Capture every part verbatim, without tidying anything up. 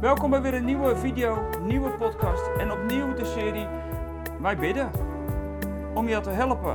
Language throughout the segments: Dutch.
Welkom bij weer een nieuwe video, nieuwe podcast en opnieuw de serie Wij bidden. Om je te helpen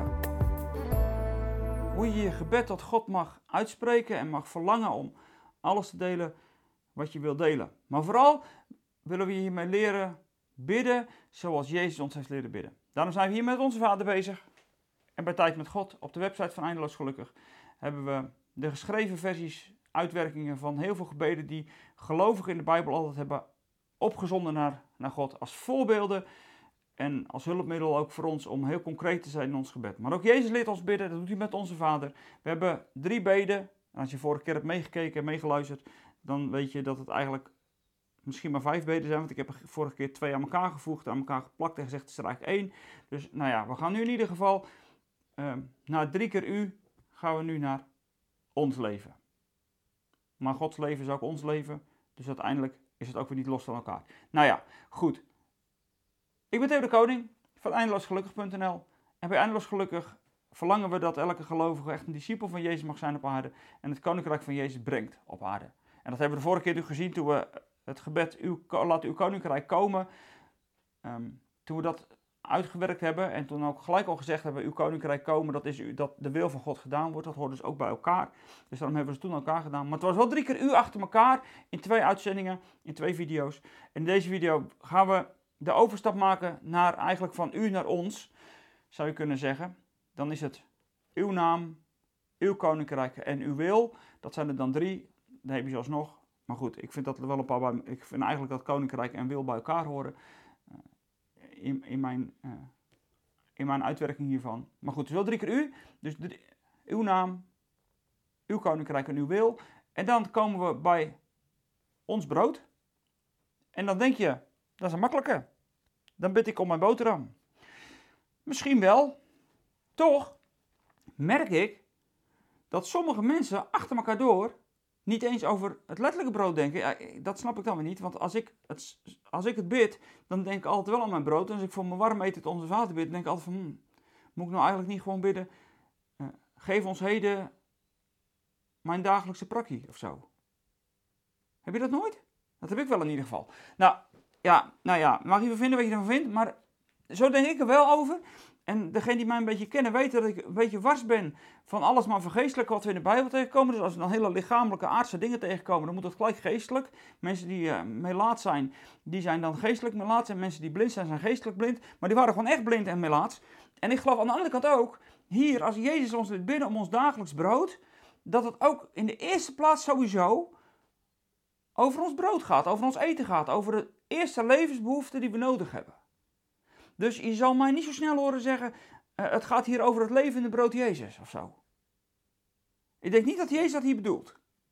hoe je je gebed tot God mag uitspreken en mag verlangen om alles te delen wat je wilt delen. Maar vooral willen we je hiermee leren bidden zoals Jezus ons heeft leren bidden. Daarom zijn we hier met onze Vader bezig. En bij Tijd met God op de website van Eindeloos Gelukkig hebben we de geschreven versies, uitwerkingen van heel veel gebeden die gelovigen in de Bijbel altijd hebben opgezonden naar, naar God als voorbeelden en als hulpmiddel ook voor ons om heel concreet te zijn in ons gebed. Maar ook Jezus leert ons bidden, dat doet hij met onze Vader. We hebben drie beden. En als je vorige keer hebt meegekeken en meegeluisterd, dan weet je dat het eigenlijk misschien maar vijf beden zijn, want ik heb er vorige keer twee aan elkaar gevoegd, aan elkaar geplakt en gezegd, het is er eigenlijk één. Dus nou ja, we gaan nu in ieder geval, uh, na drie keer u, gaan we nu naar ons leven. Maar Gods leven is ook ons leven, dus uiteindelijk is het ook weer niet los van elkaar. Nou ja, goed. Ik ben Theo de Koning van eindeloos gelukkig punt n l en bij Eindeloos Gelukkig verlangen we dat elke gelovige echt een discipel van Jezus mag zijn op aarde en het koninkrijk van Jezus brengt op aarde. En dat hebben we de vorige keer nu gezien toen we het gebed, uw, laat uw koninkrijk komen, um, toen we dat uitgewerkt hebben en toen ook gelijk al gezegd hebben, uw koninkrijk komen, dat is u, dat de wil van God gedaan wordt, dat hoort dus ook bij elkaar. Dus daarom hebben we ze toen elkaar gedaan. Maar het was wel drie keer u achter elkaar, in twee uitzendingen, in twee video's. En in deze video gaan we de overstap maken naar eigenlijk van u naar ons, zou je kunnen zeggen. Dan is het uw naam, uw koninkrijk en uw wil. Dat zijn er dan drie, dan heb je ze alsnog. Maar goed, ik vind dat er wel een paar bij, ik vind eigenlijk dat koninkrijk en wil bij elkaar horen. In, in, mijn, uh, in mijn uitwerking hiervan. Maar goed, het is wel drie keer u. Dus drie, uw naam, uw koninkrijk en uw wil. En dan komen we bij ons brood. En dan denk je, dat is een makkelijke. Dan bid ik om mijn boterham. Misschien wel. Toch merk ik dat sommige mensen achter elkaar door niet eens over het letterlijke brood denken. Ja, dat snap ik dan weer niet. Want als ik, het, als ik het bid, dan denk ik altijd wel aan mijn brood. En als ik voor mijn warm eten het onze Vader bid, dan denk ik altijd van, hmm, moet ik nou eigenlijk niet gewoon bidden? Uh, geef ons heden mijn dagelijkse prakkie of zo. Heb je dat nooit? Dat heb ik wel in ieder geval. Nou ja, nou ja, mag je vinden wat je ervan vindt. Maar zo denk ik er wel over. En degenen die mij een beetje kennen weten dat ik een beetje wars ben van alles maar vergeestelijk wat we in de Bijbel tegenkomen. Dus als we dan hele lichamelijke, aardse dingen tegenkomen, dan moet dat gelijk geestelijk. Mensen die uh, melaats zijn, die zijn dan geestelijk melaats. En mensen die blind zijn, zijn geestelijk blind. Maar die waren gewoon echt blind en melaats. En ik geloof aan de andere kant ook, hier, als Jezus ons liet bidden om ons dagelijks brood, dat het ook in de eerste plaats sowieso over ons brood gaat, over ons eten gaat, over de eerste levensbehoeften die we nodig hebben. Dus je zal mij niet zo snel horen zeggen, uh, het gaat hier over het levende brood Jezus of zo. Ik denk niet dat Jezus dat hier bedoelt.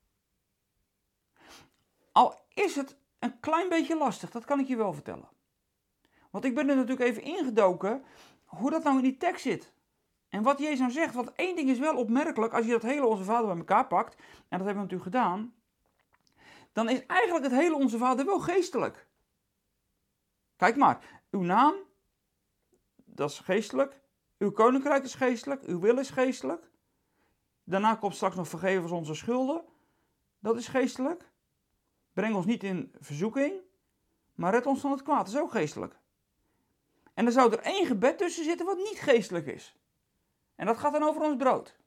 Al is het een klein beetje lastig, dat kan ik je wel vertellen. Want ik ben er natuurlijk even ingedoken hoe dat nou in die tekst zit. En wat Jezus nou zegt, want één ding is wel opmerkelijk, als je dat hele Onze Vader bij elkaar pakt, en dat hebben we natuurlijk gedaan, dan is eigenlijk het hele Onze Vader wel geestelijk. Kijk maar, uw naam, dat is geestelijk. Uw koninkrijk is geestelijk. Uw wil is geestelijk. Daarna komt straks nog vergeven ons onze schulden. Dat is geestelijk. Breng ons niet in verzoeking, maar red ons van het kwaad. Dat is ook geestelijk. En dan zou er één gebed tussen zitten wat niet geestelijk is. En dat gaat dan over ons brood.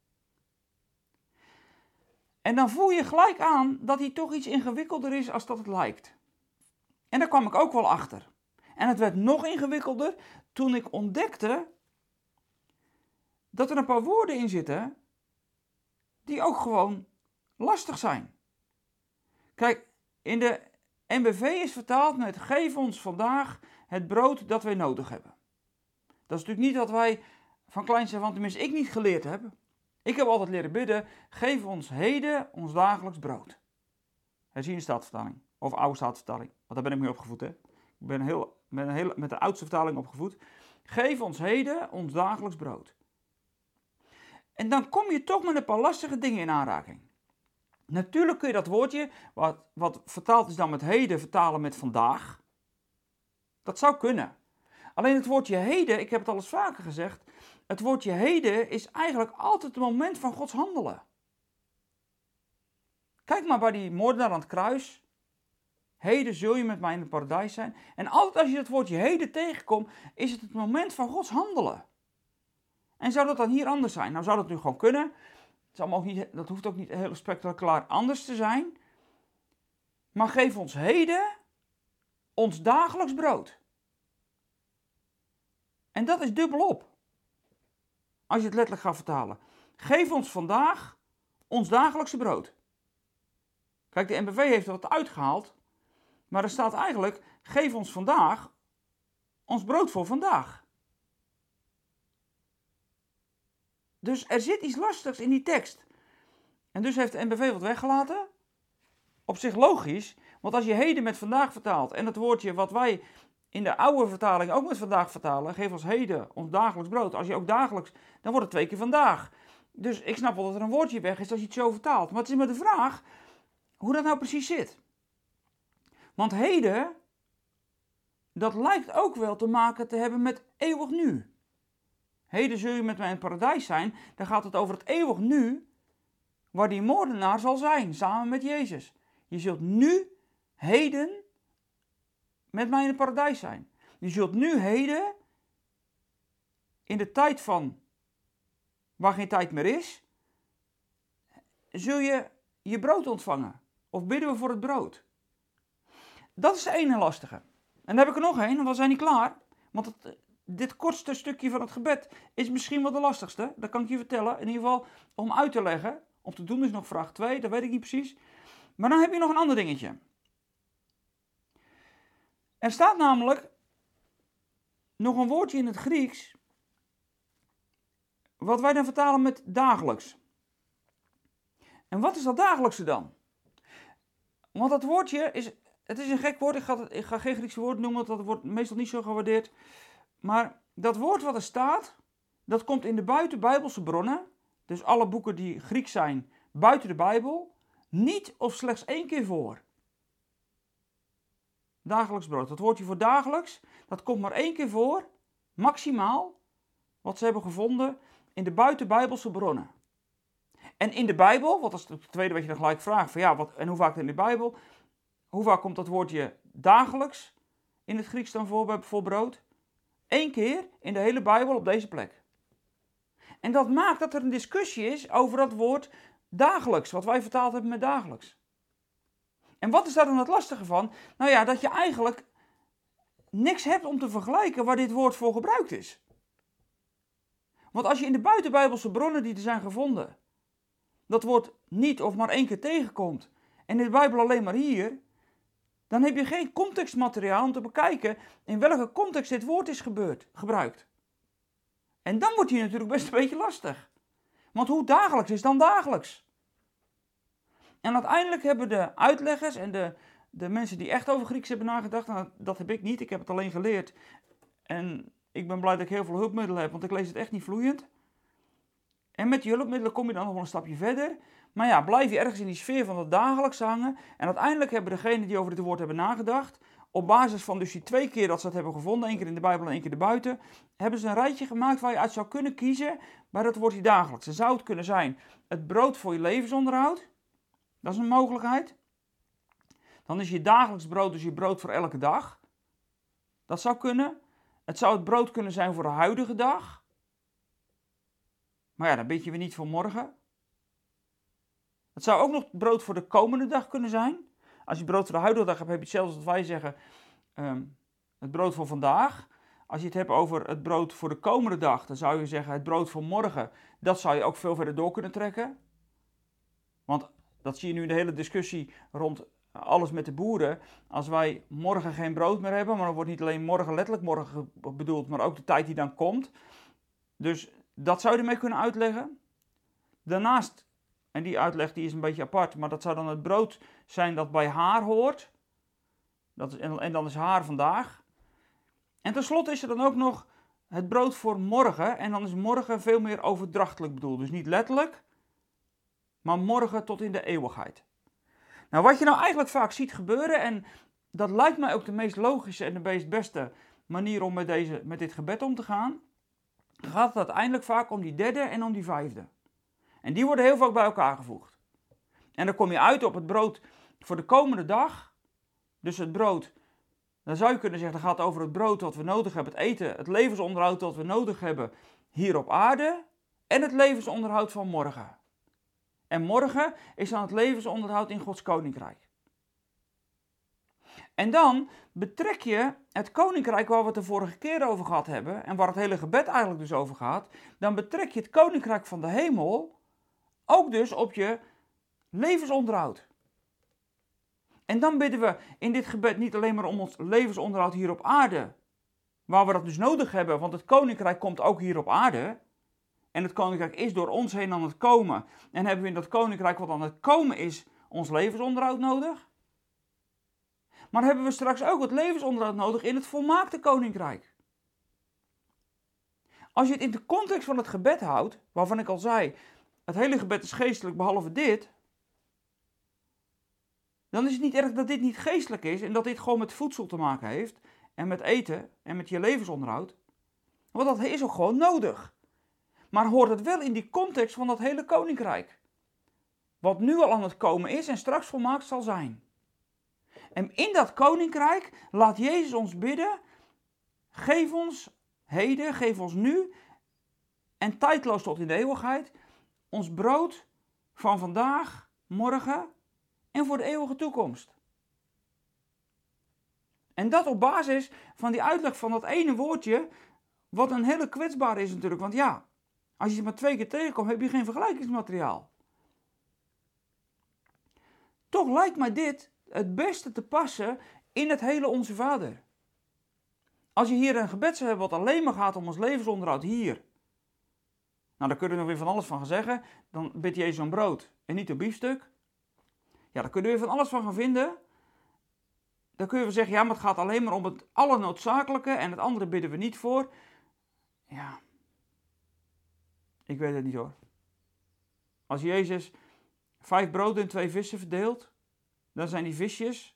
En dan voel je gelijk aan dat hij toch iets ingewikkelder is als dat het lijkt. En daar kwam ik ook wel achter. En het werd nog ingewikkelder toen ik ontdekte dat er een paar woorden in zitten die ook gewoon lastig zijn. Kijk, in de N B V is vertaald met geef ons vandaag het brood dat wij nodig hebben. Dat is natuurlijk niet wat wij van kleins af aan, tenminste ik niet geleerd heb. Ik heb altijd leren bidden, geef ons heden ons dagelijks brood. Herziene Statenvertaling, of Oude Statenvertaling, want daar ben ik mee opgevoed, hè. Ik ben heel, met, een heel, met de oudste vertaling opgevoed. Geef ons heden ons dagelijks brood. En dan kom je toch met een paar lastige dingen in aanraking. Natuurlijk kun je dat woordje, wat, wat vertaald is dan met heden, vertalen met vandaag. Dat zou kunnen. Alleen het woordje heden, ik heb het al eens vaker gezegd, het woordje heden is eigenlijk altijd het moment van Gods handelen. Kijk maar bij die moordenaar aan het kruis. heden zul je met mij in het paradijs zijn. En altijd als je dat woordje heden tegenkomt, is het het moment van Gods handelen. En zou dat dan hier anders zijn? Nou zou dat nu gewoon kunnen. Het is allemaal ook niet, dat hoeft ook niet heel spectaculair anders te zijn. Maar geef ons heden ons dagelijks brood. En dat is dubbelop. Als je het letterlijk gaat vertalen. Geef ons vandaag ons dagelijkse brood. Kijk, de N B V heeft er wat uitgehaald. Maar er staat eigenlijk, geef ons vandaag ons brood voor vandaag. Dus er zit iets lastigs in die tekst. En dus heeft de N B V wat weggelaten. Op zich logisch, want als je heden met vandaag vertaalt en het woordje wat wij in de oude vertaling ook met vandaag vertalen, geef ons heden ons dagelijks brood. Als je ook dagelijks, dan wordt het twee keer vandaag. Dus ik snap wel dat er een woordje weg is als je het zo vertaalt. Maar het is maar de vraag hoe dat nou precies zit. Want heden, dat lijkt ook wel te maken te hebben met eeuwig nu. Heden zul je met mij in het paradijs zijn. Dan gaat het over het eeuwig nu, waar die moordenaar zal zijn, samen met Jezus. Je zult nu, heden, met mij in het paradijs zijn. Je zult nu, heden, in de tijd van, waar geen tijd meer is, zul je je brood ontvangen. Of bidden we voor het brood. Dat is de ene lastige. En dan heb ik er nog één, want we zijn niet klaar. Want het, dit kortste stukje van het gebed is misschien wel de lastigste. Dat kan ik je vertellen. In ieder geval om uit te leggen. Om te doen is nog vraag twee, dat weet ik niet precies. Maar dan heb je nog een ander dingetje. Er staat namelijk nog een woordje in het Grieks. Wat wij dan vertalen met dagelijks. En wat is dat dagelijkse dan? Want dat woordje is, het is een gek woord. Ik ga, het, ik ga geen Griekse woord noemen, want dat wordt meestal niet zo gewaardeerd. Maar dat woord wat er staat, dat komt in de buitenbijbelse bronnen. Dus alle boeken die Grieks zijn buiten de Bijbel, niet of slechts één keer voor. Dagelijks brood. Dat woordje voor dagelijks, dat komt maar één keer voor, maximaal, wat ze hebben gevonden in de buitenbijbelse bronnen. En in de Bijbel, wat is het tweede wat je dan gelijk vraagt, van ja, wat, en hoe vaak in de Bijbel, hoe vaak komt dat woordje dagelijks in het Grieks dan voor, voor brood? Eén keer in de hele Bijbel op deze plek. En dat maakt dat er een discussie is over dat woord dagelijks, wat wij vertaald hebben met dagelijks. En wat is daar dan het lastige van? Nou ja, dat je eigenlijk niks hebt om te vergelijken waar dit woord voor gebruikt is. Want als je in de buitenbijbelse bronnen die er zijn gevonden, dat woord niet of maar één keer tegenkomt, en in de Bijbel alleen maar hier, dan heb je geen contextmateriaal om te bekijken in welke context dit woord is gebeurd, gebruikt. En dan wordt hier natuurlijk best een beetje lastig. Want hoe dagelijks is dan dagelijks? En uiteindelijk hebben de uitleggers en de, de mensen die echt over Grieks hebben nagedacht, nou, dat heb ik niet, ik heb het alleen geleerd. En ik ben blij dat ik heel veel hulpmiddelen heb, want ik lees het echt niet vloeiend. En met die hulpmiddelen kom je dan nog wel een stapje verder. Maar ja, blijf je ergens in die sfeer van het dagelijks hangen. En uiteindelijk hebben degenen die over dit woord hebben nagedacht, op basis van dus die twee keer dat ze het hebben gevonden, één keer in de Bijbel en één keer erbuiten, hebben ze een rijtje gemaakt waar je uit zou kunnen kiezen bij dat woordje dagelijks. Dan zou het kunnen zijn het brood voor je levensonderhoud. Dat is een mogelijkheid. Dan is je dagelijks brood dus je brood voor elke dag. Dat zou kunnen. Het zou het brood kunnen zijn voor de huidige dag. Maar ja, dan bid je weer niet voor morgen. Het zou ook nog brood voor de komende dag kunnen zijn. Als je brood voor de huidige dag hebt, heb je hetzelfde als wij zeggen, um, het brood voor vandaag. Als je het hebt over het brood voor de komende dag, dan zou je zeggen het brood voor morgen. Dat zou je ook veel verder door kunnen trekken. Want dat zie je nu in de hele discussie rond alles met de boeren. Als wij morgen geen brood meer hebben, maar dan wordt niet alleen morgen letterlijk morgen bedoeld, maar ook de tijd die dan komt. Dus dat zou je ermee kunnen uitleggen. Daarnaast, en die uitleg die is een beetje apart, maar dat zou dan het brood zijn dat bij haar hoort. Dat is, en dan is haar vandaag. En tenslotte is er dan ook nog het brood voor morgen. En dan is morgen veel meer overdrachtelijk bedoeld. Dus niet letterlijk, maar morgen tot in de eeuwigheid. Nou, wat je nou eigenlijk vaak ziet gebeuren, en dat lijkt mij ook de meest logische en de meest beste manier om met, deze, met dit gebed om te gaan, gaat het uiteindelijk vaak om die derde en om die vijfde. En die worden heel vaak bij elkaar gevoegd. En dan kom je uit op het brood voor de komende dag. dus het brood, dan zou je kunnen zeggen, dat gaat over het brood wat we nodig hebben, het eten, het levensonderhoud dat we nodig hebben hier op aarde en het levensonderhoud van morgen. En morgen is dan het levensonderhoud in Gods koninkrijk. En dan betrek je het koninkrijk waar we het de vorige keer over gehad hebben, en waar het hele gebed eigenlijk dus over gaat, dan betrek je het koninkrijk van de hemel ook dus op je levensonderhoud. En dan bidden we in dit gebed niet alleen maar om ons levensonderhoud hier op aarde, waar we dat dus nodig hebben, want het koninkrijk komt ook hier op aarde. En het koninkrijk is door ons heen aan het komen. En hebben we in dat koninkrijk wat aan het komen is, ons levensonderhoud nodig. Maar hebben we straks ook het levensonderhoud nodig in het volmaakte koninkrijk. Als je het in de context van het gebed houdt, waarvan ik al zei, het hele gebed is geestelijk behalve dit, dan is het niet erg dat dit niet geestelijk is en dat dit gewoon met voedsel te maken heeft en met eten en met je levensonderhoud. Want dat is ook gewoon nodig. Maar hoort het wel in die context van dat hele koninkrijk. Wat nu al aan het komen is en straks volmaakt zal zijn. En in dat koninkrijk laat Jezus ons bidden, geef ons heden, geef ons nu en tijdloos tot in de eeuwigheid ons brood van vandaag, morgen en voor de eeuwige toekomst. En dat op basis van die uitleg van dat ene woordje, wat een hele kwetsbaar is natuurlijk. Want ja, als je het maar twee keer tegenkomt, heb je geen vergelijkingsmateriaal. Toch lijkt mij dit het beste te passen in het hele Onze Vader. Als je hier een gebed zou hebben wat alleen maar gaat om ons levensonderhoud hier. Nou, daar kunnen we nog weer van alles van gaan zeggen. Dan bidt Jezus om brood en niet een biefstuk. Ja, daar kunnen we weer van alles van gaan vinden. Dan kun je wel zeggen, ja, maar het gaat alleen maar om het allernoodzakelijke en het andere bidden we niet voor. Ja, ik weet het niet hoor. Als Jezus vijf broden en twee vissen verdeelt, dan zijn die visjes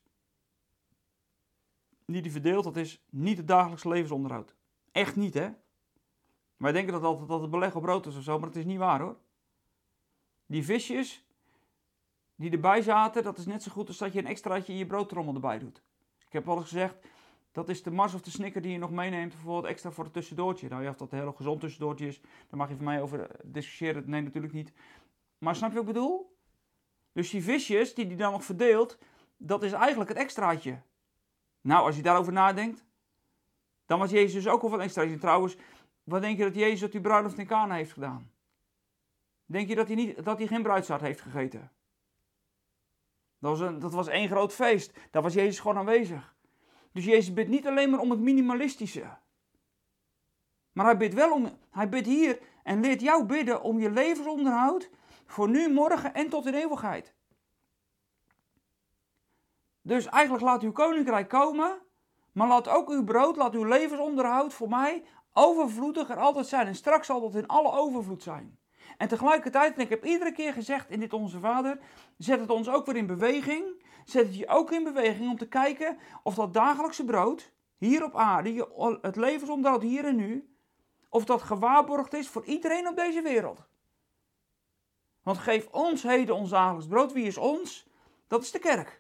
die hij verdeelt, dat is niet het dagelijks levensonderhoud. Echt niet, hè? Wij denken dat altijd dat het beleg op brood is of zo, maar dat is niet waar hoor. Die visjes die erbij zaten, dat is net zo goed als dat je een extraatje in je broodtrommel erbij doet. Ik heb al eens gezegd, dat is de Mars of de Snicker die je nog meeneemt, bijvoorbeeld extra voor het tussendoortje. Nou ja, of dat een heel gezond tussendoortje is, daar mag je van mij over discussiëren. Nee, natuurlijk niet. Maar snap je wat ik bedoel? Dus die visjes die hij dan nog verdeelt, dat is eigenlijk het extraatje. Nou, als je daarover nadenkt, dan was Jezus dus ook al van extraatje. Trouwens, wat denk je dat Jezus op die bruiloft in Kana heeft gedaan? Denk je dat hij, niet, dat hij geen bruidstaart heeft gegeten? Dat was, een, dat was één groot feest. Daar was Jezus gewoon aanwezig. Dus Jezus bidt niet alleen maar om het minimalistische. Maar hij bidt wel om, hij bidt hier en leert jou bidden om je levensonderhoud voor nu, morgen en tot in eeuwigheid. Dus eigenlijk laat uw koninkrijk komen, maar laat ook uw brood, laat uw levensonderhoud voor mij overvloedig er altijd zijn. En straks zal dat in alle overvloed zijn. En tegelijkertijd, en ik heb iedere keer gezegd in dit Onze Vader, zet het ons ook weer in beweging. Zet het je ook in beweging om te kijken of dat dagelijkse brood, hier op aarde, het levensonderhoud hier en nu, of dat gewaarborgd is voor iedereen op deze wereld. Want geef ons heden ons dagelijks brood. Wie is ons? Dat is de kerk.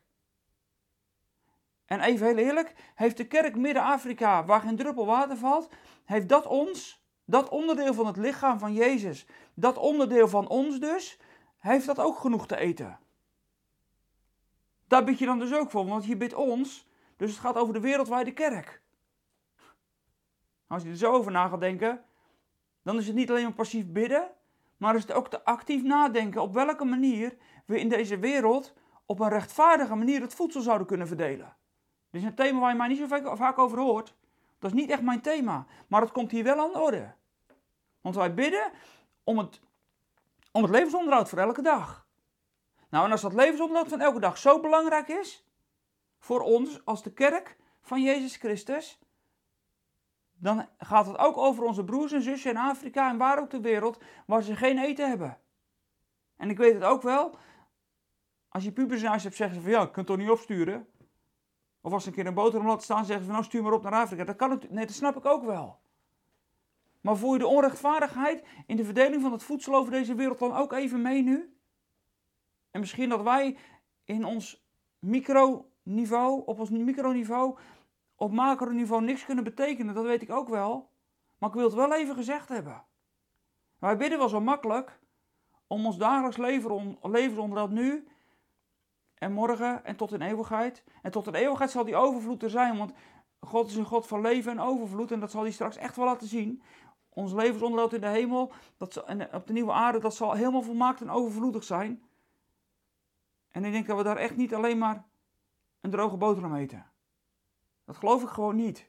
En even heel eerlijk, heeft de kerk Midden-Afrika, waar geen druppel water valt, heeft dat ons, dat onderdeel van het lichaam van Jezus, dat onderdeel van ons dus, heeft dat ook genoeg te eten. Daar bid je dan dus ook voor, want je bidt ons, dus het gaat over de wereldwijde kerk. Als je er zo over na gaat denken, dan is het niet alleen maar passief bidden, maar is het ook te actief nadenken op welke manier we in deze wereld op een rechtvaardige manier het voedsel zouden kunnen verdelen. Dit is een thema waar je mij niet zo vaak over hoort. Dat is niet echt mijn thema, maar het komt hier wel aan de orde. Want wij bidden om het, om het levensonderhoud voor elke dag. Nou, en als dat levensonderhoud van elke dag zo belangrijk is, voor ons als de kerk van Jezus Christus, dan gaat het ook over onze broers en zussen in Afrika en waar ook ter wereld, waar ze geen eten hebben. En ik weet het ook wel, als je pubers in huis hebt, zeggen ze van ja, ik kan het toch niet opsturen. Of als ze een keer een boterham laten staan, zeggen ze van nou stuur maar op naar Afrika. Dat kan het, nee, dat snap ik ook wel. Maar voel je de onrechtvaardigheid in de verdeling van het voedsel over deze wereld dan ook even mee nu? En misschien dat wij in ons micro niveau, op ons microniveau, op macroniveau niks kunnen betekenen. Dat weet ik ook wel. Maar ik wil het wel even gezegd hebben. Wij bidden wel zo makkelijk om ons dagelijks levensonderhoud nu en morgen en tot in eeuwigheid. En tot in eeuwigheid zal die overvloed er zijn, want God is een God van leven en overvloed en dat zal hij straks echt wel laten zien. Ons levensonderhoud in de hemel, dat zal, en op de nieuwe aarde, dat zal helemaal volmaakt en overvloedig zijn. En ik denk dat we daar echt niet alleen maar een droge boterham eten. Dat geloof ik gewoon niet.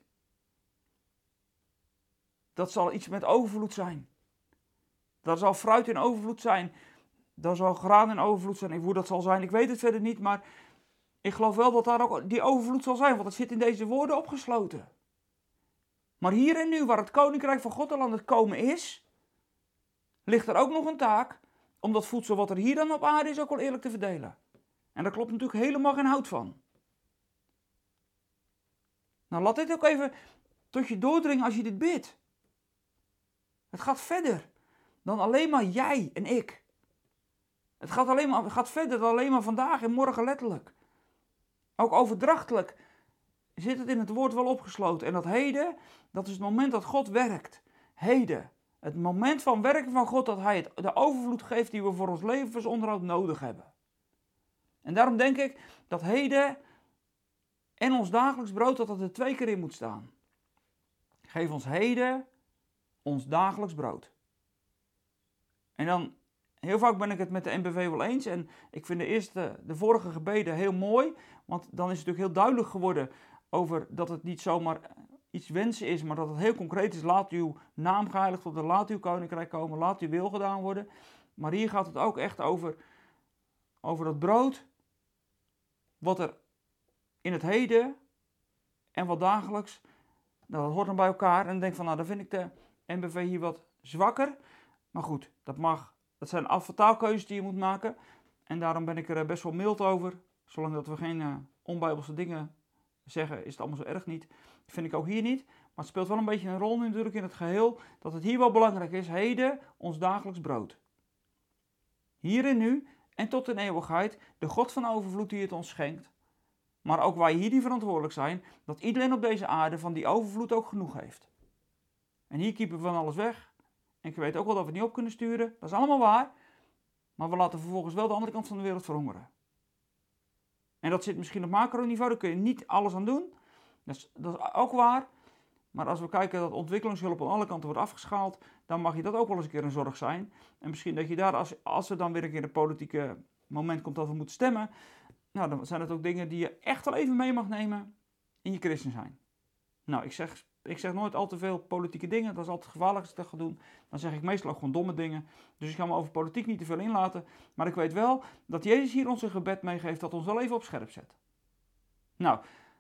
Dat zal iets met overvloed zijn. Dat zal fruit in overvloed zijn. Dat zal graan in overvloed zijn. Hoe dat zal zijn, ik weet het verder niet, maar ik geloof wel dat daar ook die overvloed zal zijn, want het zit in deze woorden opgesloten. Maar hier en nu, waar het koninkrijk van God al aan het komen is, ligt er ook nog een taak om dat voedsel wat er hier dan op aarde is ook wel eerlijk te verdelen. En daar klopt natuurlijk helemaal geen hout van. Nou, laat dit ook even tot je doordringen als je dit bidt. Het gaat verder dan alleen maar jij en ik. Het gaat, alleen maar, het gaat verder dan alleen maar vandaag en morgen letterlijk. Ook overdrachtelijk zit het in het woord wel opgesloten. En dat heden, dat is het moment dat God werkt. Heden, het moment van werken van God, dat hij het, de overvloed geeft die we voor ons levensonderhoud nodig hebben. En daarom denk ik dat heden en ons dagelijks brood, dat dat er twee keer in moet staan. Geef ons heden ons dagelijks brood. En dan, heel vaak ben ik het met de N B V wel eens. En ik vind de eerste, de vorige gebeden heel mooi. Want dan is het natuurlijk heel duidelijk geworden over dat het niet zomaar iets wensen is, maar dat het heel concreet is. Laat uw naam geheiligd worden, laat uw koninkrijk komen, laat uw wil gedaan worden. Maar hier gaat het ook echt over, over dat brood, wat er in het heden en wat dagelijks, nou, dat hoort dan bij elkaar. En dan denk ik van, nou, dan vind ik de N B V hier wat zwakker. Maar goed, dat mag. Dat zijn afvertaalkeuzes die je moet maken. En daarom ben ik er best wel mild over. Zolang dat we geen uh, onbijbelse dingen zeggen, is het allemaal zo erg niet. Dat vind ik ook hier niet. Maar het speelt wel een beetje een rol nu natuurlijk in het geheel. Dat het hier wel belangrijk is. Heden ons dagelijks brood. Hier en nu en tot in eeuwigheid. De God van overvloed die het ons schenkt. Maar ook wij hier die verantwoordelijk zijn. Dat iedereen op deze aarde van die overvloed ook genoeg heeft. En hier kiepen we van alles weg. En ik weet ook wel dat we het niet op kunnen sturen. Dat is allemaal waar. Maar we laten vervolgens wel de andere kant van de wereld verhongeren. En dat zit misschien op macroniveau. Daar kun je niet alles aan doen. Dat is, dat is ook waar. Maar als we kijken dat ontwikkelingshulp aan alle kanten wordt afgeschaald, dan mag je dat ook wel eens een keer een zorg zijn. En misschien dat je daar, als, als er dan weer een keer een politieke moment komt dat we moeten stemmen, nou, dan zijn het ook dingen die je echt wel even mee mag nemen in je christen zijn. Nou, ik zeg, ik zeg nooit al te veel politieke dingen. Dat is altijd gevaarlijk als ik dat ga doen. Dan zeg ik meestal ook gewoon domme dingen. Dus ik ga me over politiek niet te veel inlaten. Maar ik weet wel dat Jezus hier ons een gebed meegeeft dat ons wel even op scherp zet. Nou,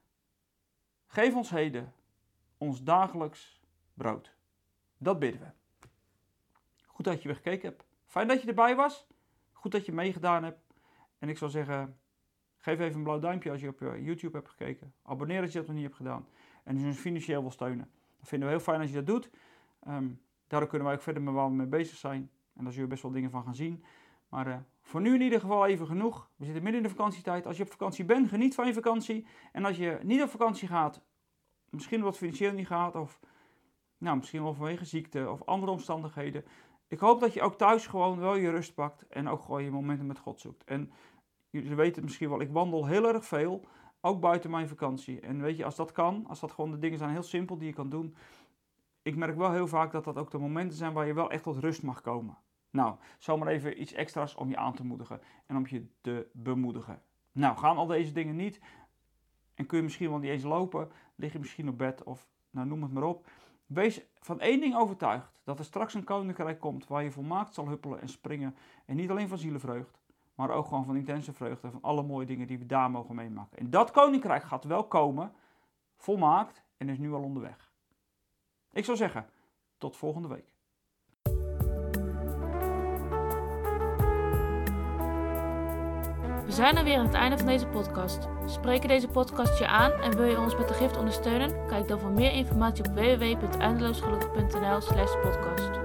geef ons heden ons dagelijks brood. Dat bidden we. Goed dat je weer gekeken hebt. Fijn dat je erbij was. Goed dat je meegedaan hebt. En ik zou zeggen, geef even een blauw duimpje als je op YouTube hebt gekeken. Abonneer als je dat nog niet hebt gedaan. En dus ons financieel wil steunen. Dat vinden we heel fijn als je dat doet. Um, daardoor kunnen wij ook verder met waar we mee bezig zijn. En daar zul je best wel dingen van gaan zien. Maar uh, voor nu in ieder geval even genoeg. We zitten midden in de vakantietijd. Als je op vakantie bent, geniet van je vakantie. En als je niet op vakantie gaat, misschien wat financieel niet gaat. Of nou, misschien wel vanwege ziekte of andere omstandigheden. Ik hoop dat je ook thuis gewoon wel je rust pakt. En ook gewoon je momenten met God zoekt. En jullie weten het misschien wel, ik wandel heel erg veel. Ook buiten mijn vakantie. En weet je, als dat kan, als dat gewoon de dingen zijn heel simpel die je kan doen. Ik merk wel heel vaak dat dat ook de momenten zijn waar je wel echt tot rust mag komen. Nou, zomaar even iets extra's om je aan te moedigen. En om je te bemoedigen. Nou, gaan al deze dingen niet. En kun je misschien wel niet eens lopen. Lig je misschien op bed of nou, noem het maar op. Wees van één ding overtuigd. Dat er straks een koninkrijk komt waar je volmaakt zal huppelen en springen. En niet alleen van zielenvreugd. Maar ook gewoon van intense vreugde. Van alle mooie dingen die we daar mogen meemaken. En dat koninkrijk gaat wel komen. Volmaakt. En is nu al onderweg. Ik zou zeggen, tot volgende week. We zijn er weer aan het einde van deze podcast. Spreken deze podcast je aan en wil je ons met de gift ondersteunen? Kijk dan voor meer informatie op w w w punt eindeloosgelukkig punt n l slash podcast.